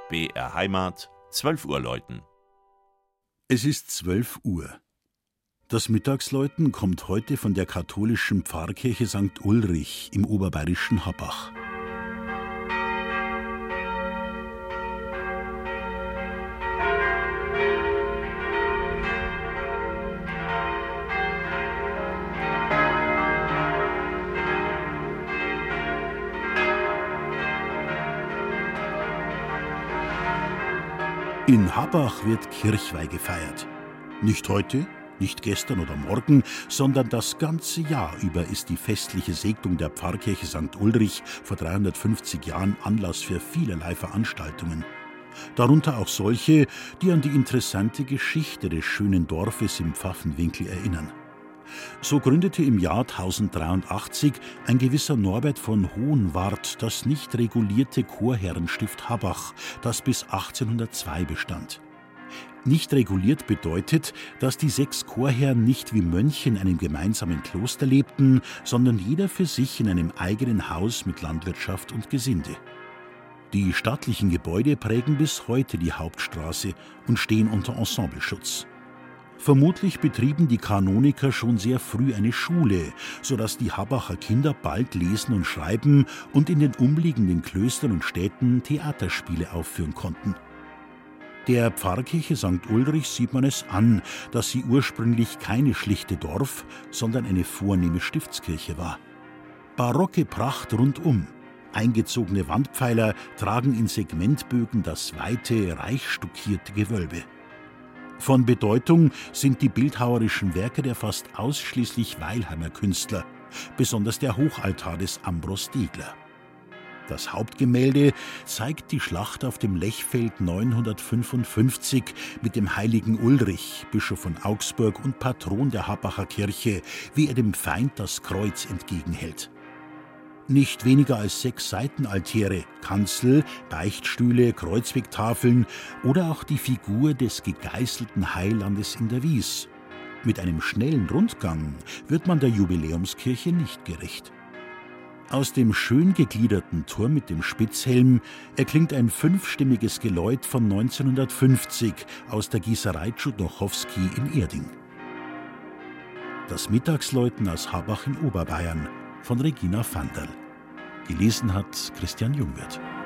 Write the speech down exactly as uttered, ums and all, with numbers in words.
B R Heimat, zwölf Uhr läuten. Es ist zwölf Uhr. Das Mittagsläuten kommt heute von der katholischen Pfarrkirche Sankt Ulrich im oberbayerischen Habach. In Habach wird Kirchweih gefeiert. Nicht heute, nicht gestern oder morgen, sondern das ganze Jahr über ist die festliche Segnung der Pfarrkirche Sankt Ulrich vor dreihundertfünfzig Jahren Anlass für vielerlei Veranstaltungen. Darunter auch solche, die an die interessante Geschichte des schönen Dorfes im Pfaffenwinkel erinnern. So gründete im Jahr tausenddreiundachtzig ein gewisser Norbert von Hohenwart das nicht regulierte Chorherrenstift Habach, das bis achtzehnhundertzwei bestand. Nicht reguliert bedeutet, dass die sechs Chorherren nicht wie Mönche in einem gemeinsamen Kloster lebten, sondern jeder für sich in einem eigenen Haus mit Landwirtschaft und Gesinde. Die stattlichen Gebäude prägen bis heute die Hauptstraße und stehen unter Ensembleschutz. Vermutlich betrieben die Kanoniker schon sehr früh eine Schule, sodass die Habacher Kinder bald lesen und schreiben und in den umliegenden Klöstern und Städten Theaterspiele aufführen konnten. Der Pfarrkirche Sankt Ulrich sieht man es an, dass sie ursprünglich keine schlichte Dorf-, sondern eine vornehme Stiftskirche war. Barocke Pracht rundum. Eingezogene Wandpfeiler tragen in Segmentbögen das weite, reich stuckierte Gewölbe. Von Bedeutung sind die bildhauerischen Werke der fast ausschließlich Weilheimer Künstler, besonders der Hochaltar des Ambros Degler. Das Hauptgemälde zeigt die Schlacht auf dem Lechfeld neunhundertfünfundfünfzig mit dem heiligen Ulrich, Bischof von Augsburg und Patron der Habacher Kirche, wie er dem Feind das Kreuz entgegenhält. Nicht weniger als sechs Seitenaltäre, Kanzel, Beichtstühle, Kreuzwegtafeln oder auch die Figur des gegeißelten Heilandes in der Wies. Mit einem schnellen Rundgang wird man der Jubiläumskirche nicht gerecht. Aus dem schön gegliederten Turm mit dem Spitzhelm erklingt ein fünfstimmiges Geläut von neunzehnhundertfünfzig aus der Gießerei Tschudochowski in Erding. Das Mittagsläuten aus Habach in Oberbayern von Regina Vandal. Gelesen hat Christian Jungwirth.